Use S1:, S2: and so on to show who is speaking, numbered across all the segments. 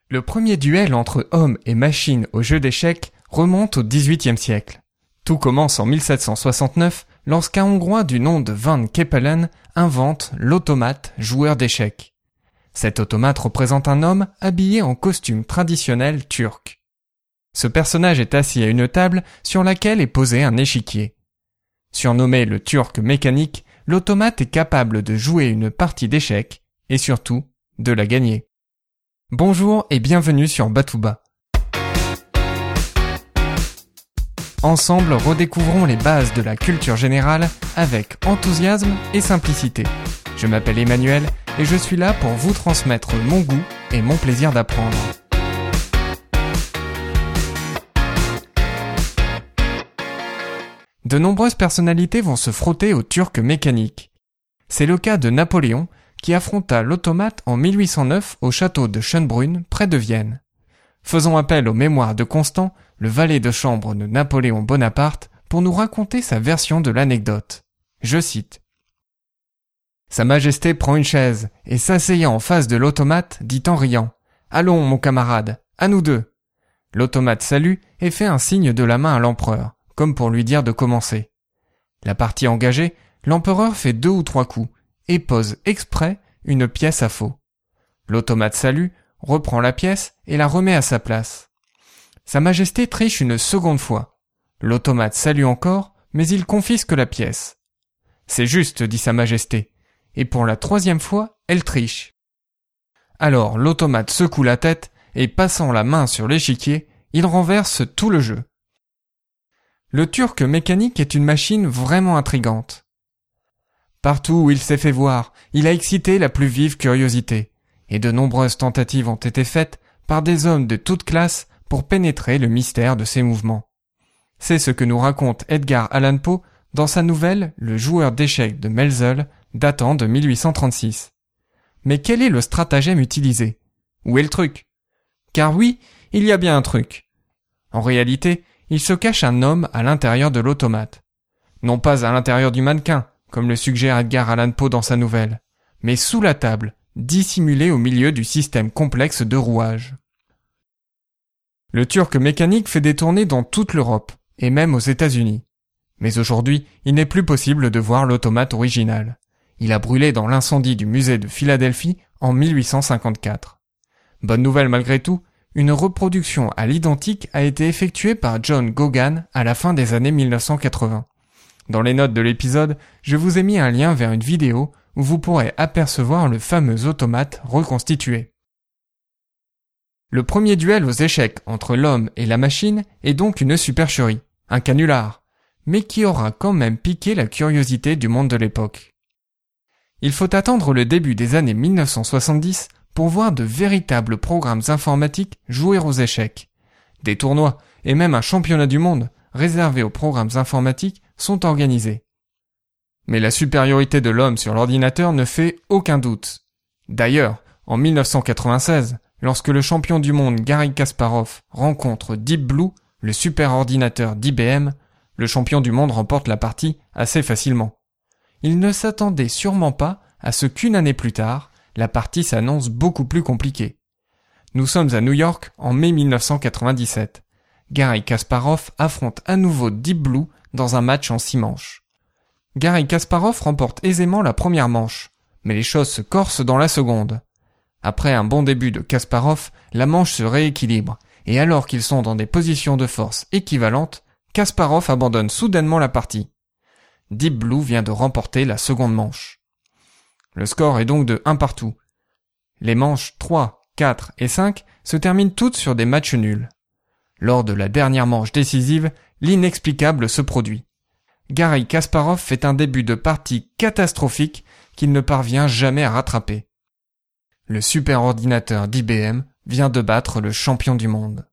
S1: Le premier duel entre hommes et machines au jeu d'échecs remonte au XVIIIe siècle. Tout commence en 1769 lorsqu'un Hongrois du nom de Van Kepelen invente l'automate joueur d'échecs. Cet automate représente un homme habillé en costume traditionnel turc. Ce personnage est assis à une table sur laquelle est posé un échiquier. Surnommé le Turc mécanique, l'automate est capable de jouer une partie d'échecs et surtout de la gagner. Bonjour et bienvenue sur Batouba. Ensemble, redécouvrons les bases de la culture générale avec enthousiasme et simplicité. Je m'appelle Emmanuel et je suis là pour vous transmettre mon goût et mon plaisir d'apprendre. De nombreuses personnalités vont se frotter au turc mécanique. C'est le cas de Napoléon, qui affronta l'automate en 1809 au château de Schönbrunn, près de Vienne. Faisons appel aux mémoires de Constant, le valet de chambre de Napoléon Bonaparte, pour nous raconter sa version de l'anecdote. Je cite. « Sa Majesté prend une chaise et s'asseyant en face de l'automate, dit en riant « Allons, mon camarade, à nous deux !» L'automate salue et fait un signe de la main à l'empereur, comme pour lui dire de commencer. La partie engagée, l'empereur fait 2 ou 3 coups et pose exprès une pièce à faux. L'automate salue, reprend la pièce et la remet à sa place. Sa Majesté triche une seconde fois. L'automate salue encore, mais il confisque la pièce. C'est juste, dit Sa Majesté, et pour la 3e fois, elle triche. Alors l'automate secoue la tête et passant la main sur l'échiquier, il renverse tout le jeu. Le Turc mécanique est une machine vraiment intrigante. Partout où il s'est fait voir, il a excité la plus vive curiosité, et de nombreuses tentatives ont été faites par des hommes de toutes classes pour pénétrer le mystère de ses mouvements. C'est ce que nous raconte Edgar Allan Poe dans sa nouvelle Le joueur d'échecs de Melzel, datant de 1836. Mais quel est le stratagème utilisé? Où est le truc? Car oui, il y a bien un truc. En réalité, il se cache un homme à l'intérieur de l'automate. Non pas à l'intérieur du mannequin, comme le suggère Edgar Allan Poe dans sa nouvelle, mais sous la table, dissimulé au milieu du système complexe de rouage. Le Turc mécanique fait des tournées dans toute l'Europe, et même aux États-Unis. Mais aujourd'hui, il n'est plus possible de voir l'automate original. Il a brûlé dans l'incendie du musée de Philadelphie en 1854. Bonne nouvelle malgré tout, une reproduction à l'identique a été effectuée par John Gogan à la fin des années 1980. Dans les notes de l'épisode, je vous ai mis un lien vers une vidéo où vous pourrez apercevoir le fameux automate reconstitué. Le premier duel aux échecs entre l'homme et la machine est donc une supercherie, un canular, mais qui aura quand même piqué la curiosité du monde de l'époque. Il faut attendre le début des années 1970 pour voir de véritables programmes informatiques jouer aux échecs. Des tournois et même un championnat du monde réservés aux programmes informatiques sont organisés. Mais la supériorité de l'homme sur l'ordinateur ne fait aucun doute. D'ailleurs, en 1996, lorsque le champion du monde Garry Kasparov rencontre Deep Blue, le superordinateur d'IBM, le champion du monde remporte la partie assez facilement. Il ne s'attendait sûrement pas à ce qu'une année plus tard, la partie s'annonce beaucoup plus compliquée. Nous sommes à New York en mai 1997. Garry Kasparov affronte à nouveau Deep Blue dans un match en 6 manches. Garry Kasparov remporte aisément la première manche, mais les choses se corsent dans la seconde. Après un bon début de Kasparov, la manche se rééquilibre, et alors qu'ils sont dans des positions de force équivalentes, Kasparov abandonne soudainement la partie. Deep Blue vient de remporter la seconde manche. Le score est donc de 1 partout. Les manches 3, 4 et 5 se terminent toutes sur des matchs nuls. Lors de la dernière manche décisive, l'inexplicable se produit. Garry Kasparov fait un début de partie catastrophique qu'il ne parvient jamais à rattraper. Le superordinateur d'IBM vient de battre le champion du monde.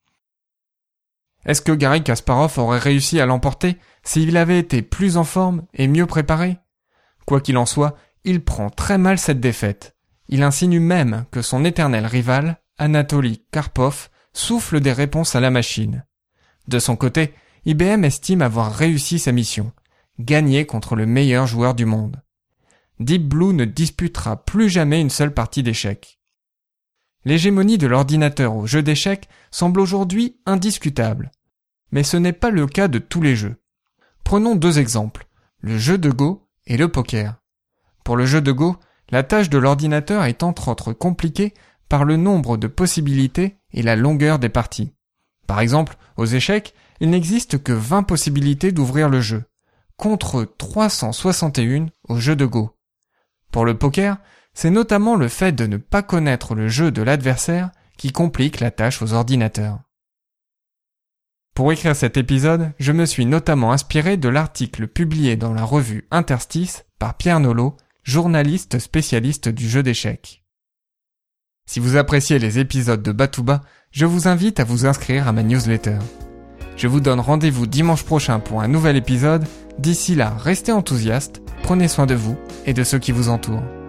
S1: Est-ce que Garry Kasparov aurait réussi à l'emporter s'il avait été plus en forme et mieux préparé? Quoi qu'il en soit, il prend très mal cette défaite. Il insinue même que son éternel rival, Anatoly Karpov, souffle des réponses à la machine. De son côté, IBM estime avoir réussi sa mission, gagner contre le meilleur joueur du monde. Deep Blue ne disputera plus jamais une seule partie d'échecs. L'hégémonie de l'ordinateur au jeu d'échecs semble aujourd'hui indiscutable. Mais ce n'est pas le cas de tous les jeux. Prenons 2 exemples, le jeu de Go et le poker. Pour le jeu de Go, la tâche de l'ordinateur est entre autres compliquée par le nombre de possibilités et la longueur des parties. Par exemple, aux échecs, il n'existe que 20 possibilités d'ouvrir le jeu, contre 361 au jeu de Go. Pour le poker, c'est notamment le fait de ne pas connaître le jeu de l'adversaire qui complique la tâche aux ordinateurs. Pour écrire cet épisode, je me suis notamment inspiré de l'article publié dans la revue Interstice par Pierre Nolot, journaliste spécialiste du jeu d'échecs. Si vous appréciez les épisodes de Batouba, je vous invite à vous inscrire à ma newsletter. Je vous donne rendez-vous dimanche prochain pour un nouvel épisode. D'ici là, restez enthousiastes, prenez soin de vous et de ceux qui vous entourent.